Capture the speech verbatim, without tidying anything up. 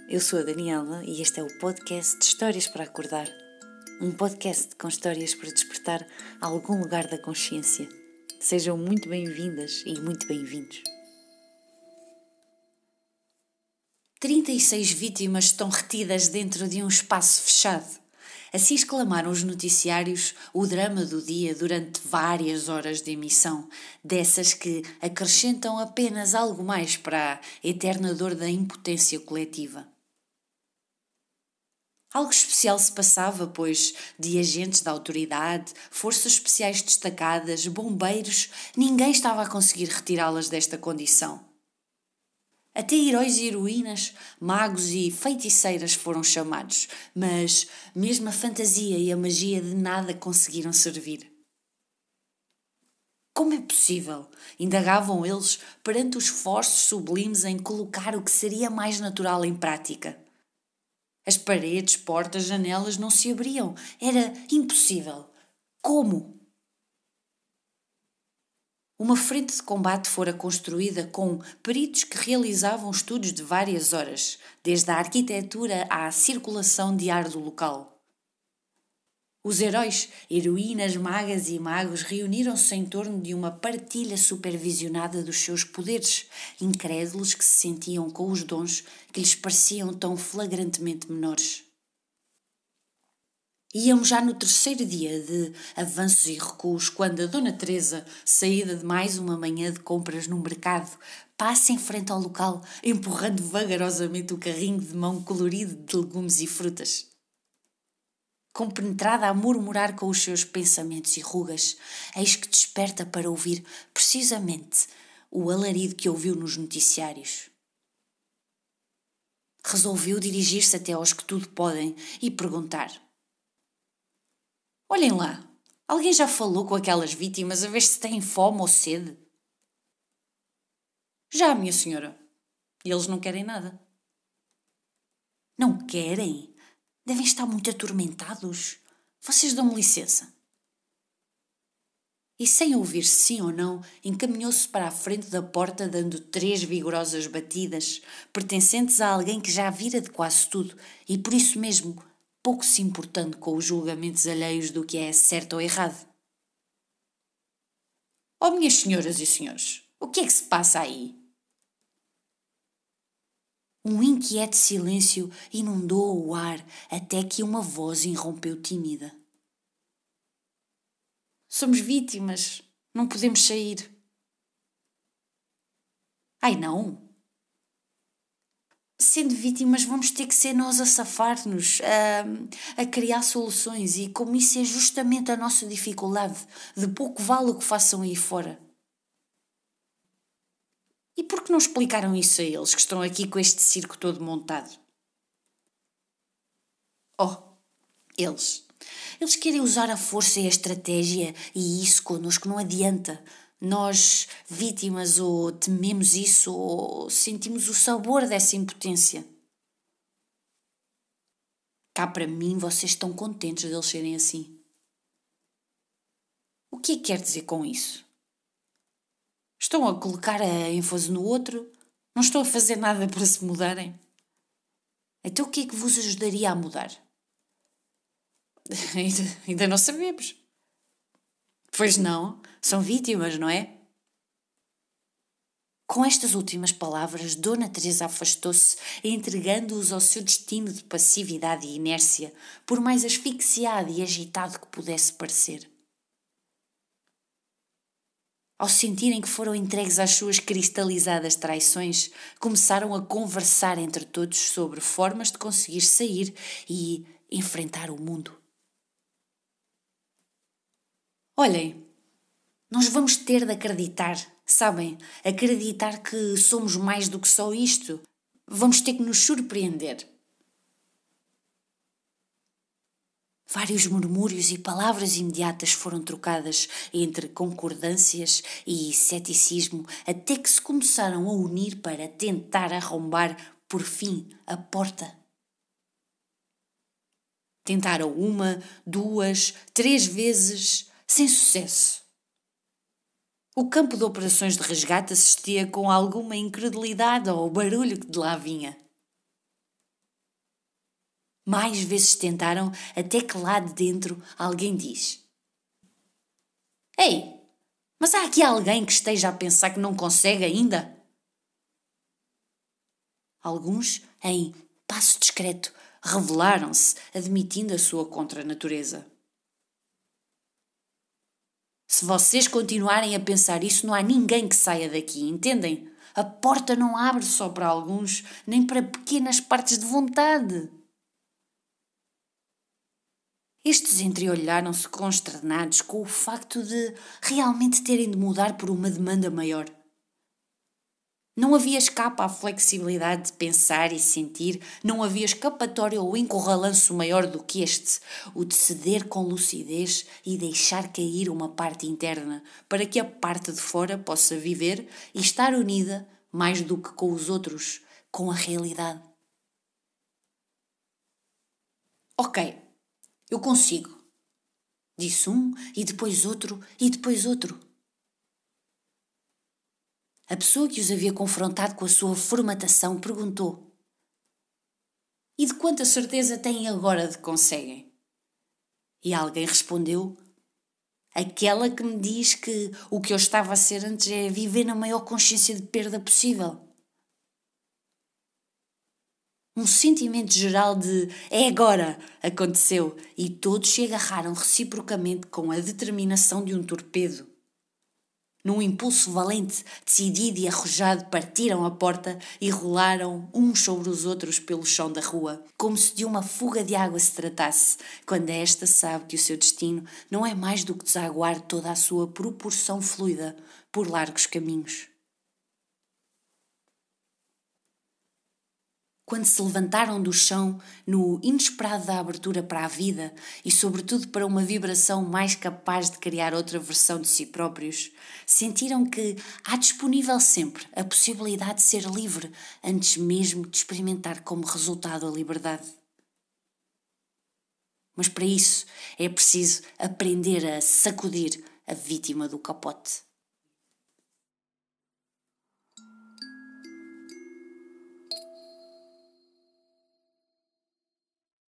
eu sou a Daniela e este é o podcast de Histórias para Acordar. Um podcast com histórias para despertar algum lugar da consciência. Sejam muito bem-vindas e muito bem-vindos. trinta e seis vítimas estão retidas dentro de um espaço fechado. Assim exclamaram os noticiários o drama do dia durante várias horas de emissão, dessas que acrescentam apenas algo mais para a eterna dor da impotência coletiva. Algo especial se passava, pois de agentes da autoridade, forças especiais destacadas, bombeiros, ninguém estava a conseguir retirá-las desta condição. Até heróis e heroínas, magos e feiticeiras foram chamados, mas mesmo a fantasia e a magia de nada conseguiram servir. Como é possível? Indagavam eles perante os esforços sublimes em colocar o que seria mais natural em prática. As paredes, portas, janelas não se abriam. Era impossível. Como? Uma frente de combate fora construída com peritos que realizavam estudos de várias horas, desde a arquitetura à circulação de ar do local. Os heróis, heroínas, magas e magos reuniram-se em torno de uma partilha supervisionada dos seus poderes, incrédulos que se sentiam com os dons que lhes pareciam tão flagrantemente menores. Íamos já no terceiro dia de avanços e recuos quando a Dona Teresa, saída de mais uma manhã de compras no mercado, passa em frente ao local, empurrando vagarosamente o carrinho de mão colorido de legumes e frutas. Compenetrada a murmurar com os seus pensamentos e rugas, eis que desperta para ouvir precisamente o alarido que ouviu nos noticiários. Resolveu dirigir-se até aos que tudo podem e perguntar: "Olhem lá, alguém já falou com aquelas vítimas a ver se têm fome ou sede?" "Já, minha senhora. E eles não querem nada." "Não querem? Devem estar muito atormentados. Vocês dão-me licença." E sem ouvir se sim ou não, encaminhou-se para a frente da porta dando três vigorosas batidas, pertencentes a alguém que já vira de quase tudo e por isso mesmo pouco se importando com os julgamentos alheios do que é certo ou errado. "Oh, minhas senhoras e senhores, o que é que se passa aí?" Um inquieto silêncio inundou o ar até que uma voz irrompeu tímida. "Somos vítimas. Não podemos sair." "Ai, não? Sendo vítimas vamos ter que ser nós a safar-nos, a, a criar soluções e como isso é justamente a nossa dificuldade, de pouco vale o que façam aí fora." "E por que não explicaram isso a eles que estão aqui com este circo todo montado?" "Oh, eles... Eles querem usar a força e a estratégia e isso connosco não adianta. Nós, vítimas, ou tememos isso ou sentimos o sabor dessa impotência. Cá para mim vocês estão contentes de eles serem assim." "O que é que quer dizer com isso?" "Estão a colocar a ênfase no outro? Não estão a fazer nada para se mudarem?" "Então o que é que vos ajudaria a mudar?" ainda, ainda não sabemos." "Pois não, são vítimas, não é?" Com estas últimas palavras, Dona Teresa afastou-se, entregando-os ao seu destino de passividade e inércia, por mais asfixiado e agitado que pudesse parecer. Ao sentirem que foram entregues às suas cristalizadas traições, começaram a conversar entre todos sobre formas de conseguir sair e enfrentar o mundo. "Olhem, nós vamos ter de acreditar, sabem? Acreditar que somos mais do que só isto. Vamos ter que nos surpreender." Vários murmúrios e palavras imediatas foram trocadas entre concordâncias e ceticismo até que se começaram a unir para tentar arrombar, por fim, a porta. Tentaram uma, duas, três vezes, sem sucesso. O campo de operações de resgate assistia com alguma incredulidade ao barulho que de lá vinha. Mais vezes tentaram, até que lá de dentro alguém diz: Ei, mas há aqui alguém que esteja a pensar que não consegue ainda? Alguns, em passo discreto, revelaram-se, admitindo a sua contranatureza. Se vocês continuarem a pensar isso, não há ninguém que saia daqui, entendem? A porta não abre só para alguns, nem para pequenas partes de vontade. Estes entreolharam-se consternados com o facto de realmente terem de mudar por uma demanda maior. Não havia escape à flexibilidade de pensar e sentir, não havia escapatória ou encurralanço maior do que este, o de ceder com lucidez e deixar cair uma parte interna, para que a parte de fora possa viver e estar unida mais do que com os outros, com a realidade. Ok, eu consigo, disse um e depois outro e depois outro. A pessoa que os havia confrontado com a sua formatação perguntou: E de quanta certeza têm agora de que conseguem? E alguém respondeu: Aquela que me diz que o que eu estava a ser antes é viver na maior consciência de perda possível. Um sentimento geral de é agora aconteceu e todos se agarraram reciprocamente com a determinação de um torpedo. Num impulso valente, decidido e arrojado, partiram a porta e rolaram uns sobre os outros pelo chão da rua, como se de uma fuga de água se tratasse, quando esta sabe que o seu destino não é mais do que desaguar toda a sua proporção fluida por largos caminhos. Quando se levantaram do chão no inesperado da abertura para a vida e sobretudo para uma vibração mais capaz de criar outra versão de si próprios, sentiram que há disponível sempre a possibilidade de ser livre antes mesmo de experimentar como resultado a liberdade. Mas para isso é preciso aprender a sacudir a vítima do capote.